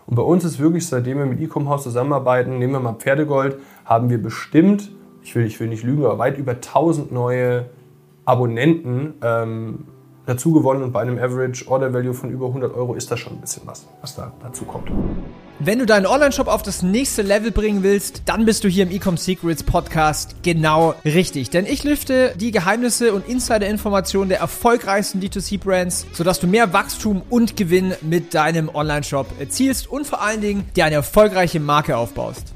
Und bei uns ist wirklich, seitdem wir mit Ecom-Haus zusammenarbeiten, nehmen wir mal Pferdegold, haben wir bestimmt, ich will nicht lügen, aber weit über 1000 neue Abonnenten dazu gewonnen. Und bei einem Average Order Value von über 100 € ist das schon ein bisschen was da dazu kommt. Wenn du deinen Online-Shop auf das nächste Level bringen willst, dann bist du hier im Ecom Secrets Podcast genau richtig. Denn ich lüfte die Geheimnisse und Insider-Informationen der erfolgreichsten D2C-Brands, sodass du mehr Wachstum und Gewinn mit deinem Online-Shop erzielst und vor allen Dingen dir eine erfolgreiche Marke aufbaust.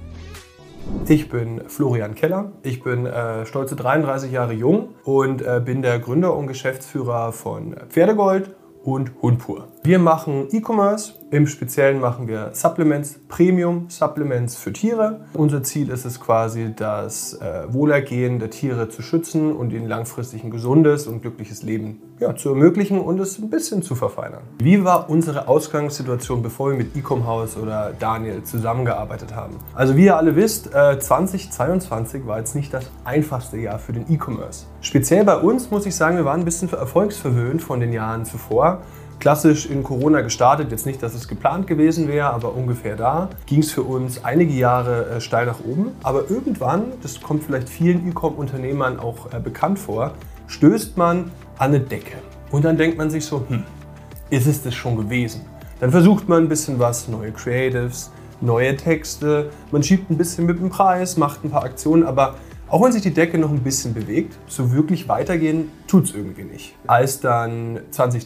Ich bin Florian Keller, ich bin stolze 33 Jahre jung und bin der Gründer und Geschäftsführer von Pferdegold und Hundpur. Wir machen E-Commerce, im Speziellen machen wir Supplements, Premium-Supplements für Tiere. Unser Ziel ist es quasi, das Wohlergehen der Tiere zu schützen und ihnen langfristig ein gesundes und glückliches Leben zu ermöglichen und es ein bisschen zu verfeinern. Wie war unsere Ausgangssituation, bevor wir mit Ecom-Haus oder Daniel zusammengearbeitet haben? Also wie ihr alle wisst, 2022 war jetzt nicht das einfachste Jahr für den E-Commerce. Speziell bei uns muss ich sagen, wir waren ein bisschen erfolgsverwöhnt von den Jahren zuvor. Klassisch in Corona gestartet, jetzt nicht, dass es geplant gewesen wäre, aber ungefähr da ging es für uns einige Jahre steil nach oben. Aber irgendwann, das kommt vielleicht vielen E-Com-Unternehmern auch bekannt vor, stößt man an eine Decke. Und dann denkt man sich so, ist es das schon gewesen? Dann versucht man ein bisschen was, neue Creatives, neue Texte, man schiebt ein bisschen mit dem Preis, macht ein paar Aktionen, aber auch wenn sich die Decke noch ein bisschen bewegt, so wirklich weitergehen tut es irgendwie nicht. Als dann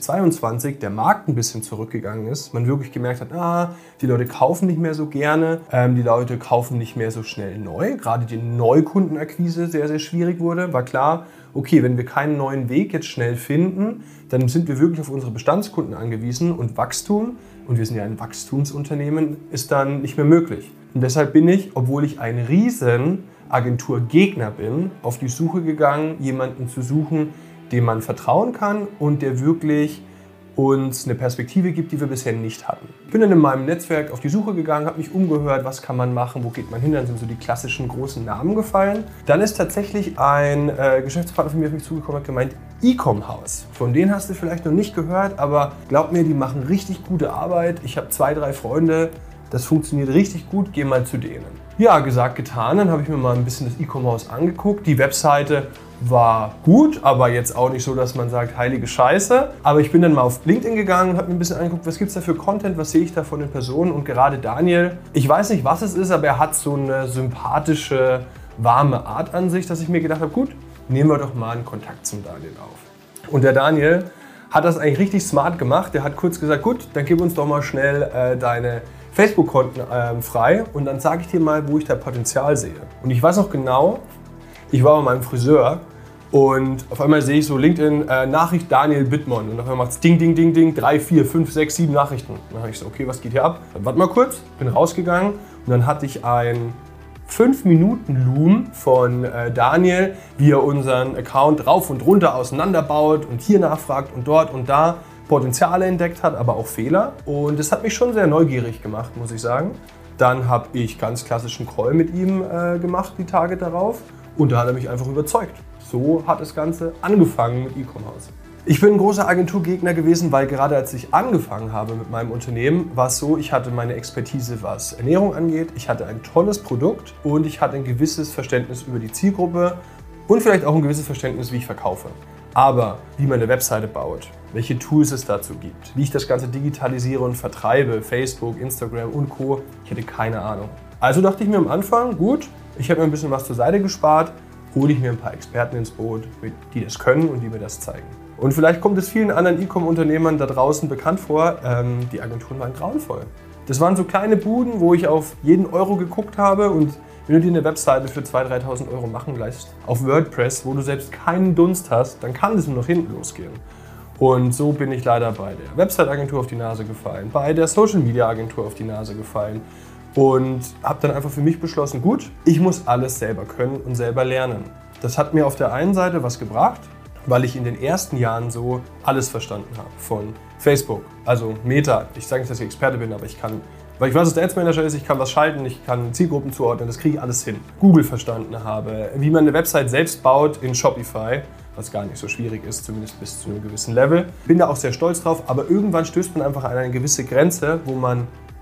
2022 der Markt ein bisschen zurückgegangen ist, man wirklich gemerkt hat, die Leute kaufen nicht mehr so gerne, die Leute kaufen nicht mehr so schnell neu, gerade die Neukundenakquise sehr, sehr schwierig wurde, war klar, okay, wenn wir keinen neuen Weg jetzt schnell finden, dann sind wir wirklich auf unsere Bestandskunden angewiesen und Wachstum, und wir sind ja ein Wachstumsunternehmen, ist dann nicht mehr möglich. Und deshalb bin ich, obwohl ich ein riesen Agenturgegner bin, auf die Suche gegangen, jemanden zu suchen, dem man vertrauen kann und der wirklich uns eine Perspektive gibt, die wir bisher nicht hatten. Ich bin dann in meinem Netzwerk auf die Suche gegangen, habe mich umgehört, was kann man machen, wo geht man hin, dann sind so die klassischen großen Namen gefallen. Dann ist tatsächlich ein Geschäftspartner von mir auf mich zugekommen und hat gemeint, Ecom-Haus. Von denen hast du vielleicht noch nicht gehört, aber glaub mir, die machen richtig gute Arbeit. Ich habe 2, 3 Freunde, das funktioniert richtig gut, geh mal zu denen. Ja, gesagt, getan. Dann habe ich mir mal ein bisschen das Ecom-Haus angeguckt. Die Webseite war gut, aber jetzt auch nicht so, dass man sagt, heilige Scheiße. Aber ich bin dann mal auf LinkedIn gegangen und habe mir ein bisschen angeguckt, was gibt es da für Content, was sehe ich da von den Personen. Und gerade Daniel, ich weiß nicht, was es ist, aber er hat so eine sympathische, warme Art an sich, dass ich mir gedacht habe, gut, nehmen wir doch mal einen Kontakt zum Daniel auf. Und der Daniel hat das eigentlich richtig smart gemacht. Der hat kurz gesagt, gut, dann gib uns doch mal schnell deine Facebook-Konten frei und dann sage ich dir mal, wo ich da Potenzial sehe. Und ich weiß noch genau, ich war bei meinem Friseur und auf einmal sehe ich so LinkedIn, Nachricht Daniel Bittmann und auf einmal macht es Ding, Ding, Ding, Ding, 3, 4, 5, 6, 7 Nachrichten. Und dann habe ich so, okay, was geht hier ab? Dann warte mal kurz, bin rausgegangen und dann hatte ich ein 5-Minuten-Loom von Daniel, wie er unseren Account rauf und runter auseinanderbaut und hier nachfragt und dort und da Potenziale entdeckt hat, aber auch Fehler. Und das hat mich schon sehr neugierig gemacht, muss ich sagen. Dann habe ich ganz klassischen Call mit ihm gemacht, die Tage darauf. Und da hat er mich einfach überzeugt. So hat das Ganze angefangen mit Ecom-Haus. Ich bin ein großer Agenturgegner gewesen, weil gerade als ich angefangen habe mit meinem Unternehmen, war es so, ich hatte meine Expertise, was Ernährung angeht. Ich hatte ein tolles Produkt und ich hatte ein gewisses Verständnis über die Zielgruppe und vielleicht auch ein gewisses Verständnis, wie ich verkaufe. Aber wie man eine Webseite baut, welche Tools es dazu gibt, wie ich das Ganze digitalisiere und vertreibe, Facebook, Instagram und Co., ich hatte keine Ahnung. Also dachte ich mir am Anfang, gut, ich habe mir ein bisschen was zur Seite gespart, hole ich mir ein paar Experten ins Boot, die das können und die mir das zeigen. Und vielleicht kommt es vielen anderen E-Com-Unternehmern da draußen bekannt vor, die Agenturen waren grauenvoll. Das waren so kleine Buden, wo ich auf jeden Euro geguckt habe und wenn du dir eine Webseite für 2.000, 3.000 € machen lässt, auf WordPress, wo du selbst keinen Dunst hast, dann kann das nur nach hinten losgehen. Und so bin ich leider bei der Website-Agentur auf die Nase gefallen, bei der Social-Media-Agentur auf die Nase gefallen und habe dann einfach für mich beschlossen, gut, ich muss alles selber können und selber lernen. Das hat mir auf der einen Seite was gebracht, weil ich in den ersten Jahren so alles verstanden habe von Facebook, also Meta. Ich sage nicht, dass ich Experte bin, aber ich kann, weil ich weiß, was der Ads Manager ist, ich kann was schalten, ich kann Zielgruppen zuordnen, das kriege ich alles hin. Google verstanden habe, wie man eine Website selbst baut in Shopify, was gar nicht so schwierig ist, zumindest bis zu einem gewissen Level. Bin da auch sehr stolz drauf, aber irgendwann stößt man einfach an eine gewisse Grenze, wo man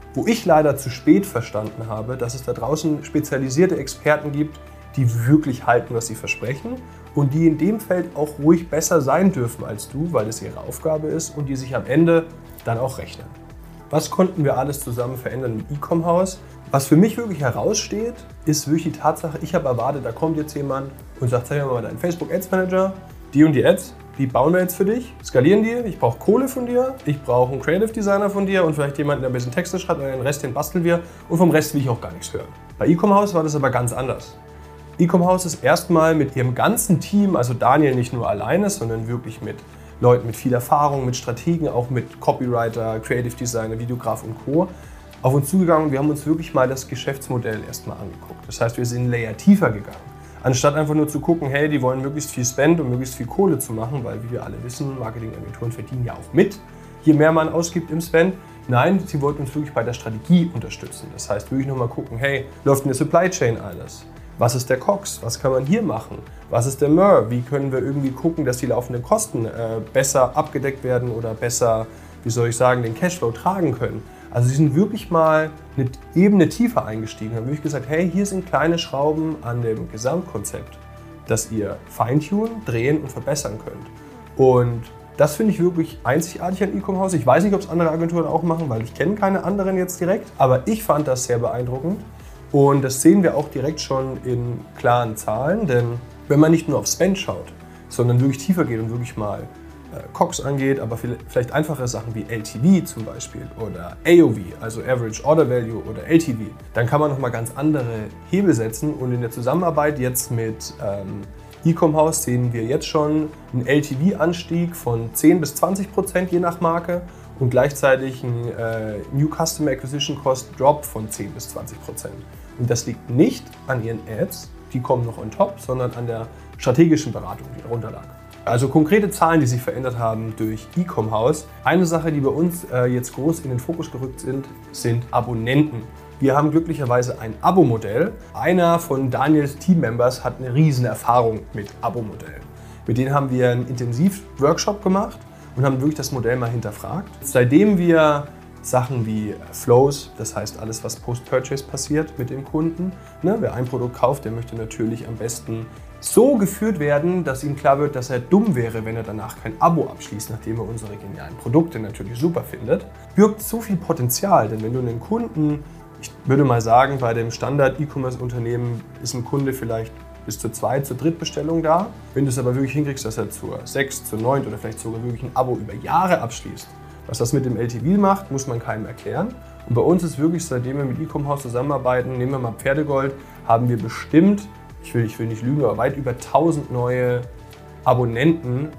Wo ich leider zu spät verstanden habe, dass es da draußen spezialisierte Experten gibt, die wirklich halten, was sie versprechen und die in dem Feld auch ruhig besser sein dürfen als du, weil es ihre Aufgabe ist und die sich am Ende dann auch rechnen. Was konnten wir alles zusammen verändern mit Ecom-Haus? Was für mich wirklich heraussteht, ist wirklich die Tatsache, ich habe erwartet, da kommt jetzt jemand und sagt, zeig mir mal deinen Facebook Ads Manager, die und die Ads, die bauen wir jetzt für dich, skalieren die, ich brauche Kohle von dir, ich brauche einen Creative Designer von dir und vielleicht jemanden, der ein bisschen Texte schreibt und den Rest, den basteln wir und vom Rest will ich auch gar nichts hören. Bei Ecom-Haus war das aber ganz anders. Ecom-Haus ist erstmal mit ihrem ganzen Team, also Daniel nicht nur alleine, sondern wirklich mit Leuten mit viel Erfahrung, mit Strategen, auch mit Copywriter, Creative Designer, Videograf und Co. auf uns zugegangen und wir haben uns wirklich mal das Geschäftsmodell erstmal angeguckt. Das heißt, wir sind einen Layer tiefer gegangen. Anstatt einfach nur zu gucken, hey, die wollen möglichst viel Spend und möglichst viel Kohle zu machen, weil wie wir alle wissen, Marketingagenturen verdienen ja auch mit, je mehr man ausgibt im Spend. Nein, sie wollten uns wirklich bei der Strategie unterstützen. Das heißt, wirklich nochmal gucken, hey, läuft in der Supply Chain alles? Was ist der COGS? Was kann man hier machen? Was ist der MER? Wie können wir irgendwie gucken, dass die laufenden Kosten besser abgedeckt werden oder besser, wie soll ich sagen, den Cashflow tragen können? Also sie sind wirklich mal eine Ebene tiefer eingestiegen, haben wirklich gesagt, hey, hier sind kleine Schrauben an dem Gesamtkonzept, das ihr feintunen, drehen und verbessern könnt. Und das finde ich wirklich einzigartig an Ecom-Haus. Ich weiß nicht, ob es andere Agenturen auch machen, weil ich kenne keine anderen jetzt direkt, aber ich fand das sehr beeindruckend. Und das sehen wir auch direkt schon in klaren Zahlen, denn wenn man nicht nur auf Spend schaut, sondern wirklich tiefer geht und wirklich mal COGS angeht, aber vielleicht einfache Sachen wie LTV zum Beispiel oder AOV, also Average Order Value oder LTV, dann kann man nochmal ganz andere Hebel setzen und in der Zusammenarbeit jetzt mit Ecom-Haus sehen wir jetzt schon einen LTV-Anstieg von 10 bis 20% je nach Marke und gleichzeitig einen New Customer Acquisition Cost Drop von 10 bis 20%. Und das liegt nicht an ihren Ads, die kommen noch on top, sondern an der strategischen Beratung, die darunter lag. Also konkrete Zahlen, die sich verändert haben durch Ecom-Haus. Eine Sache, die bei uns jetzt groß in den Fokus gerückt sind Abonnenten. Wir haben glücklicherweise ein Abo-Modell. Einer von Daniels Teammembers hat eine riesen Erfahrung mit Abo-Modellen. Mit denen haben wir einen Intensiv-Workshop gemacht und haben wirklich das Modell mal hinterfragt. Seitdem wir Sachen wie Flows, das heißt alles, was Post-Purchase passiert mit dem Kunden. Wer ein Produkt kauft, der möchte natürlich am besten so geführt werden, dass ihm klar wird, dass er dumm wäre, wenn er danach kein Abo abschließt, nachdem er unsere genialen Produkte natürlich super findet. Birgt so viel Potenzial, denn wenn du einen Kunden, ich würde mal sagen, bei dem Standard-E-Commerce-Unternehmen ist ein Kunde vielleicht bis zur 2-, zur Drittbestellung da. Wenn du es aber wirklich hinkriegst, dass er zur 6., zur 9. oder vielleicht sogar wirklich ein Abo über Jahre abschließt, was das mit dem LTV macht, muss man keinem erklären. Und bei uns ist wirklich, seitdem wir mit Ecom-Haus zusammenarbeiten, nehmen wir mal Pferdegold, haben wir bestimmt, ich will nicht lügen, aber weit über 1000 neue Abonnenten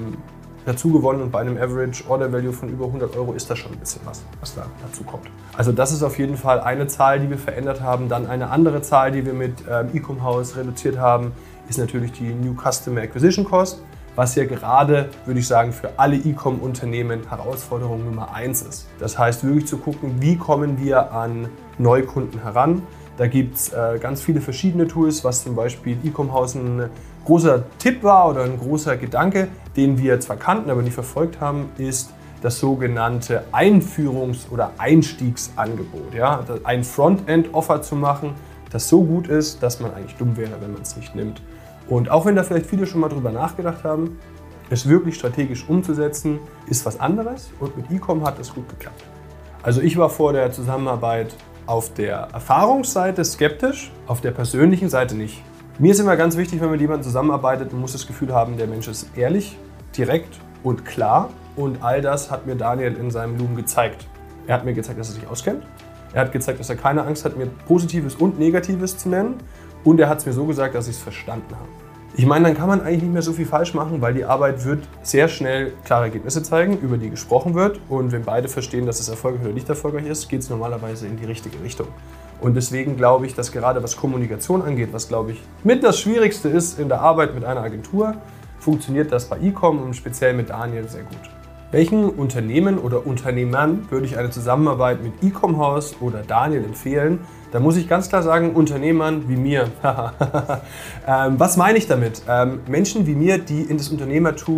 dazu gewonnen und bei einem Average Order Value von über 100 € ist das schon ein bisschen was da dazu kommt. Also das ist auf jeden Fall eine Zahl, die wir verändert haben. Dann eine andere Zahl, die wir mit Ecom-Haus reduziert haben, ist natürlich die New Customer Acquisition Cost, was ja gerade, würde ich sagen, für alle E-Com-Unternehmen Herausforderung Nummer 1 ist. Das heißt, wirklich zu gucken, wie kommen wir an Neukunden heran. Da gibt es ganz viele verschiedene Tools, was zum Beispiel Ecom-Haus ein großer Tipp war oder ein großer Gedanke, den wir zwar kannten, aber nicht verfolgt haben, ist das sogenannte Einführungs- oder Einstiegsangebot. Ja? Ein Frontend-Offer zu machen, das so gut ist, dass man eigentlich dumm wäre, wenn man es nicht nimmt. Und auch wenn da vielleicht viele schon mal drüber nachgedacht haben, es wirklich strategisch umzusetzen, ist was anderes und mit Ecom hat es gut geklappt. Also ich war vor der Zusammenarbeit auf der Erfahrungsseite skeptisch, auf der persönlichen Seite nicht. Mir ist immer ganz wichtig, wenn man mit jemandem zusammenarbeitet, man muss das Gefühl haben, der Mensch ist ehrlich, direkt und klar. Und all das hat mir Daniel in seinem Loom gezeigt. Er hat mir gezeigt, dass er sich auskennt. Er hat gezeigt, dass er keine Angst hat, mir Positives und Negatives zu nennen. Und er hat es mir so gesagt, dass ich es verstanden habe. Ich meine, dann kann man eigentlich nicht mehr so viel falsch machen, weil die Arbeit wird sehr schnell klare Ergebnisse zeigen, über die gesprochen wird. Und wenn beide verstehen, dass es erfolgreich oder nicht erfolgreich ist, geht es normalerweise in die richtige Richtung. Und deswegen glaube ich, dass gerade was Kommunikation angeht, was glaube ich mit das Schwierigste ist in der Arbeit mit einer Agentur, funktioniert das bei Ecom und speziell mit Daniel sehr gut. Welchen Unternehmen oder Unternehmern würde ich eine Zusammenarbeit mit Ecom-Haus oder Daniel empfehlen? Da muss ich ganz klar sagen, Unternehmern wie mir. Was meine ich damit? Menschen wie mir, die in das Unternehmertum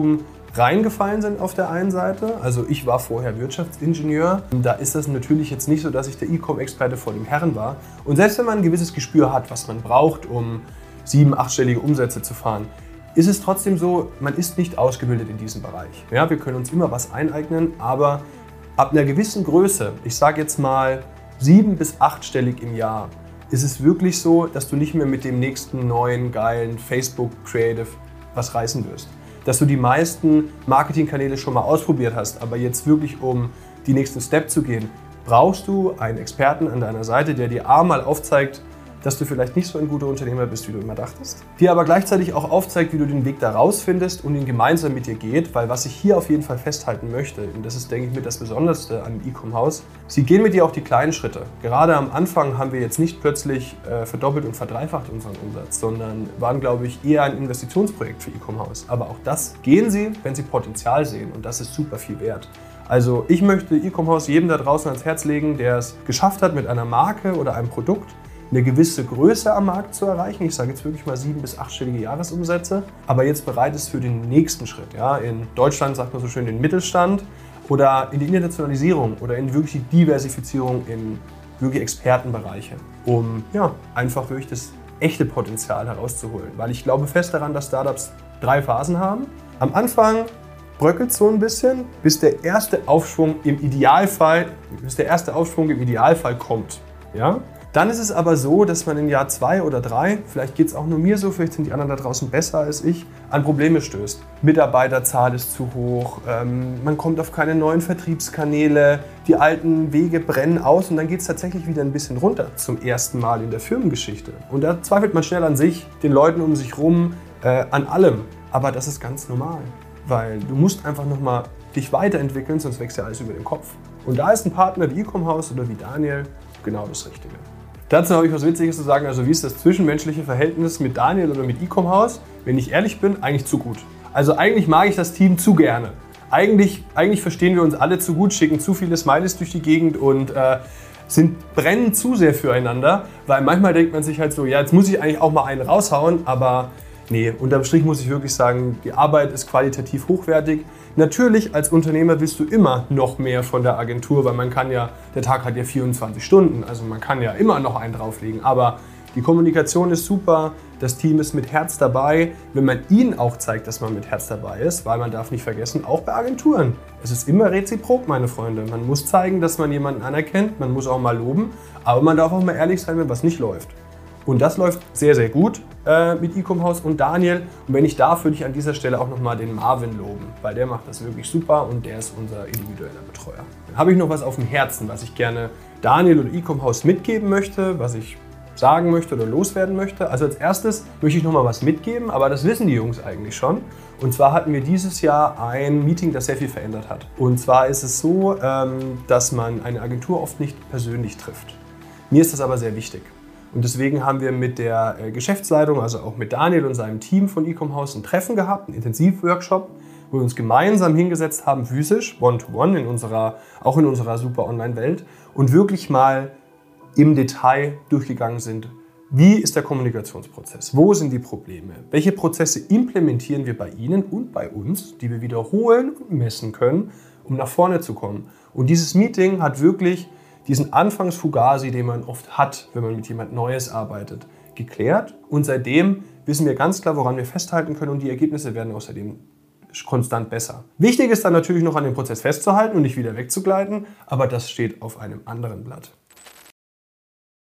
reingefallen sind auf der einen Seite. Also ich war vorher Wirtschaftsingenieur. Da ist das natürlich jetzt nicht so, dass ich der E-Com-Experte vor dem Herren war. Und selbst wenn man ein gewisses Gespür hat, was man braucht, um 7-, 8-stellige Umsätze zu fahren, ist es trotzdem so, man ist nicht ausgebildet in diesem Bereich. Ja, wir können uns immer was eineignen, aber ab einer gewissen Größe, ich sage jetzt mal 7- bis 8-stellig im Jahr, ist es wirklich so, dass du nicht mehr mit dem nächsten neuen, geilen Facebook Creative was reißen wirst. Dass du die meisten Marketingkanäle schon mal ausprobiert hast, aber jetzt wirklich, um die nächsten Step zu gehen, brauchst du einen Experten an deiner Seite, der dir mal aufzeigt, dass du vielleicht nicht so ein guter Unternehmer bist, wie du immer dachtest, dir aber gleichzeitig auch aufzeigt, wie du den Weg da rausfindest und ihn gemeinsam mit dir geht, weil was ich hier auf jeden Fall festhalten möchte, und das ist, denke ich, mit das Besonderste an E-Com-Haus, sie gehen mit dir auch die kleinen Schritte. Gerade am Anfang haben wir jetzt nicht plötzlich verdoppelt und verdreifacht unseren Umsatz, sondern waren, glaube ich, eher ein Investitionsprojekt für E-Com-Haus. Aber auch das gehen sie, wenn sie Potenzial sehen, und das ist super viel wert. Also ich möchte E-Com-Haus jedem da draußen ans Herz legen, der es geschafft hat, mit einer Marke oder einem Produkt eine gewisse Größe am Markt zu erreichen. Ich sage jetzt wirklich mal 7- bis 8-stellige Jahresumsätze, aber jetzt bereit ist für den nächsten Schritt. Ja? In Deutschland sagt man so schön den Mittelstand oder in die Internationalisierung oder in wirklich die Diversifizierung in wirklich Expertenbereiche, um einfach wirklich das echte Potenzial herauszuholen. Weil ich glaube fest daran, dass Startups 3 Phasen haben. Am Anfang bröckelt so ein bisschen, bis der erste Aufschwung im Idealfall kommt. Ja? Dann ist es aber so, dass man in Jahr 2 oder 3, vielleicht geht es auch nur mir so, vielleicht sind die anderen da draußen besser als ich, an Probleme stößt. Mitarbeiterzahl ist zu hoch, man kommt auf keine neuen Vertriebskanäle, die alten Wege brennen aus und dann geht es tatsächlich wieder ein bisschen runter zum ersten Mal in der Firmengeschichte. Und da zweifelt man schnell an sich, den Leuten um sich rum, an allem. Aber das ist ganz normal, weil du musst einfach nochmal dich weiterentwickeln, sonst wächst ja alles über den Kopf. Und da ist ein Partner wie E-Com-Haus oder wie Daniel genau das Richtige. Dazu habe ich was Witziges zu sagen, also wie ist das zwischenmenschliche Verhältnis mit Daniel oder mit E-Com-Haus? Wenn ich ehrlich bin, eigentlich zu gut. Also eigentlich mag ich das Team zu gerne. Eigentlich verstehen wir uns alle zu gut, schicken zu viele Smileys durch die Gegend und brennen zu sehr füreinander, weil manchmal denkt man sich halt so, ja, jetzt muss ich eigentlich auch mal einen raushauen, aber nee, unterm Strich muss ich wirklich sagen, die Arbeit ist qualitativ hochwertig. Natürlich, als Unternehmer willst du immer noch mehr von der Agentur, weil der Tag hat ja 24 Stunden, also man kann ja immer noch einen drauflegen. Aber die Kommunikation ist super, das Team ist mit Herz dabei, wenn man ihnen auch zeigt, dass man mit Herz dabei ist, weil man darf nicht vergessen, auch bei Agenturen. Es ist immer reziprok, meine Freunde. Man muss zeigen, dass man jemanden anerkennt, man muss auch mal loben, aber man darf auch mal ehrlich sein, wenn was nicht läuft. Und das läuft sehr, sehr gut mit E-Com-Haus und Daniel. Und wenn ich darf, würde ich an dieser Stelle auch nochmal den Marvin loben, weil der macht das wirklich super und der ist unser individueller Betreuer. Dann habe ich noch was auf dem Herzen, was ich gerne Daniel oder E-Com-Haus mitgeben möchte, was ich sagen möchte oder loswerden möchte. Also als erstes möchte ich nochmal was mitgeben, aber das wissen die Jungs eigentlich schon. Und zwar hatten wir dieses Jahr ein Meeting, das sehr viel verändert hat. Und zwar ist es so, dass man eine Agentur oft nicht persönlich trifft. Mir ist das aber sehr wichtig. Und deswegen haben wir mit der Geschäftsleitung, also auch mit Daniel und seinem Team von E-Com-Haus ein Treffen gehabt, einen Intensivworkshop, wo wir uns gemeinsam hingesetzt haben, physisch, One-to-One, auch in unserer super Online-Welt und wirklich mal im Detail durchgegangen sind. Wie ist der Kommunikationsprozess? Wo sind die Probleme? Welche Prozesse implementieren wir bei Ihnen und bei uns, die wir wiederholen und messen können, um nach vorne zu kommen? Und dieses Meeting hat wirklich diesen Anfangsfugasi, den man oft hat, wenn man mit jemand Neues arbeitet, geklärt. Und seitdem wissen wir ganz klar, woran wir festhalten können und die Ergebnisse werden außerdem konstant besser. Wichtig ist dann natürlich noch an dem Prozess festzuhalten und nicht wieder wegzugleiten, aber das steht auf einem anderen Blatt.